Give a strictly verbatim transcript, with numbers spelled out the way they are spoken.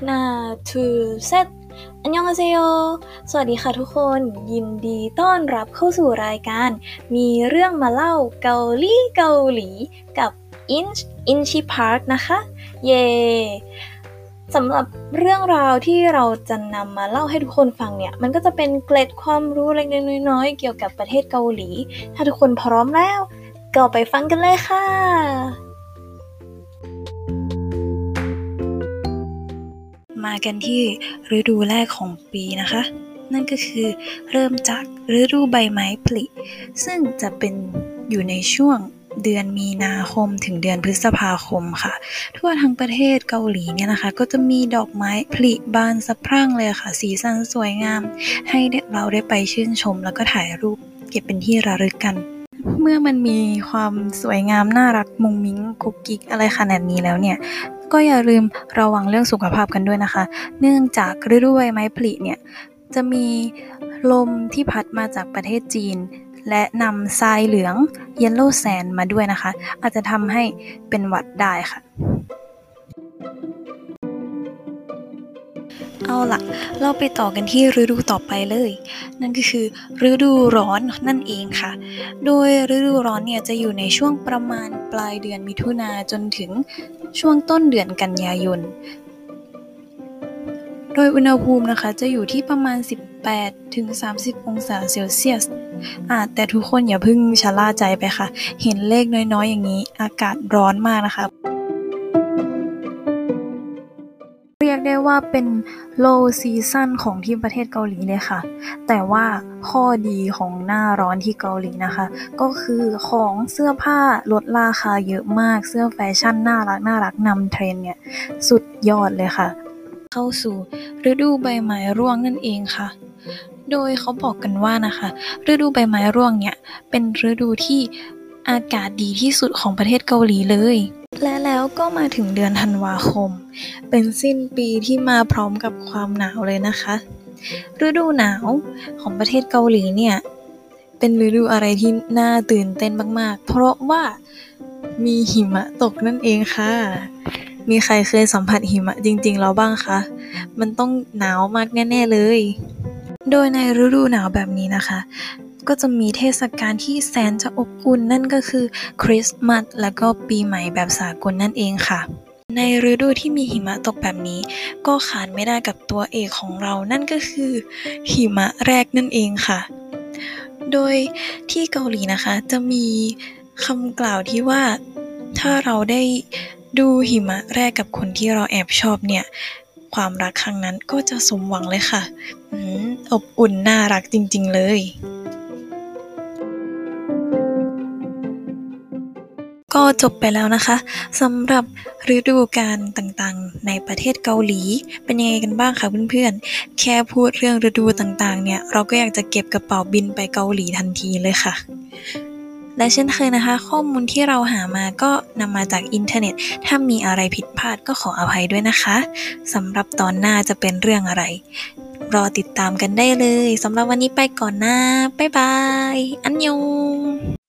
นาทูเซตอันยองอาเซโยสวัสดีค่ะทุกคนยินดีต้อนรับเข้าสู่รายการมีเรื่องมาเล่าเกาหลีเกาหลีกับอินช์อินชิพาร์ทนะคะเย่สำหรับเรื่องราวที่เราจะนำมาเล่าให้ทุกคนฟังเนี่ยมันก็จะเป็นเกร็ดความรู้เล็กๆน้อยๆเกี่ยวกับประเทศเกาหลีถ้าทุกคนพร้อมแล้วก็ไปฟังกันเลยค่ะมากันที่ฤดูแรกของปีนะคะนั่นก็คือเริ่มจากฤดูใบไม้ผลิซึ่งจะเป็นอยู่ในช่วงเดือนมีนาคมถึงเดือนพฤษภาคมค่ะทั่วทั้งประเทศเกาหลีเนี่ยนะคะก็จะมีดอกไม้ผลิบานสะพรั่งเลยค่ะสีสันสวยงามให้เราได้ไปชื่นชมแล้วก็ถ่ายรูปเก็บเป็นที่ระลึกกันเมื่อมันมีความสวยงามน่ารักมุ้งมิ้งกุ๊กกิ๊กอะไรขนาดนี้แล้วเนี่ยก็อย่าลืมระวังเรื่องสุขภาพกันด้วยนะคะเนื่องจากฤดูใบไม้ผลิเนี่ยจะมีลมที่พัดมาจากประเทศจีนและนำทรายเหลือง Yellow Sand มาด้วยนะคะอาจจะทำให้เป็นหวัดได้ค่ะเอาล่ะเราไปต่อกันที่ฤดูต่อไปเลยนั่นก็คือฤดูร้อนนั่นเองค่ะโดยฤดูร้อนเนี่ยจะอยู่ในช่วงประมาณปลายเดือนมิถุนาจนถึงช่วงต้นเดือนกันยายนโดยอุณหภูมินะคะจะอยู่ที่ประมาณสิบแปดถึงสามสิบองศาเซลเซียสอ่ะแต่ทุกคนอย่าเพิ่งชะล่าใจไปค่ะเห็นเลขน้อยๆอย่างนี้อากาศร้อนมากนะคะเรียกได้ว่าเป็น low season ของที่ประเทศเกาหลีเลยค่ะแต่ว่าข้อดีของหน้าร้อนที่เกาหลีนะคะก็คือของเสื้อผ้าลดราคาเยอะมากเสื้อแฟชั่นน่ารักน่ารักนำเทรนด์เนี่ยสุดยอดเลยค่ะเข้าสู่ฤดูใบไม้ร่วงนั่นเองค่ะโดยเขาบอกกันว่านะคะฤดูใบไม้ร่วงเนี่ยเป็นฤดูที่อากาศดีที่สุดของประเทศเกาหลีเลยและแล้วก็มาถึงเดือนธันวาคมเป็นสิ้นปีที่มาพร้อมกับความหนาวเลยนะคะฤดูหนาวของประเทศเกาหลีเนี่ยเป็นฤดูอะไรที่น่าตื่นเต้นมากๆเพราะว่ามีหิมะตกนั่นเองค่ะมีใครเคยสัมผัสหิมะจริงๆแล้วบ้างคะมันต้องหนาวมากแน่ๆเลยโดยในฤดูหนาวแบบนี้นะคะก็จะมีเทศกาลที่แสนจะอบอุ่นนั่นก็คือคริสต์มาสแล้วก็ปีใหม่แบบสากลนั่นเองค่ะในฤดูที่มีหิมะตกแบบนี้ก็ขาดไม่ได้กับตัวเอกของเรานั่นก็คือหิมะแรกนั่นเองค่ะโดยที่เกาหลีนะคะจะมีคำกล่าวที่ว่าถ้าเราได้ดูหิมะแรกกับคนที่เราแอบชอบเนี่ยความรักครั้งนั้นก็จะสมหวังเลยค่ะอืมอบอุ่นน่ารักจริงๆเลยก็จบไปแล้วนะคะสำหรับฤดูกาลต่างๆในประเทศเกาหลีเป็นยังไงกันบ้างคะเพื่อนๆแค่พูดเรื่องฤดูต่างๆเนี่ยเราก็อยากจะเก็บกระเป๋าบินไปเกาหลีทันทีเลยค่ะและเช่นเคยนะคะข้อมูลที่เราหามาก็นำมาจากอินเทอร์เน็ตถ้ามีอะไรผิดพลาดก็ขออภัยด้วยนะคะสำหรับตอนหน้าจะเป็นเรื่องอะไรรอติดตามกันได้เลยสำหรับวันนี้ไปก่อนนะบ๊ายบายอันยอง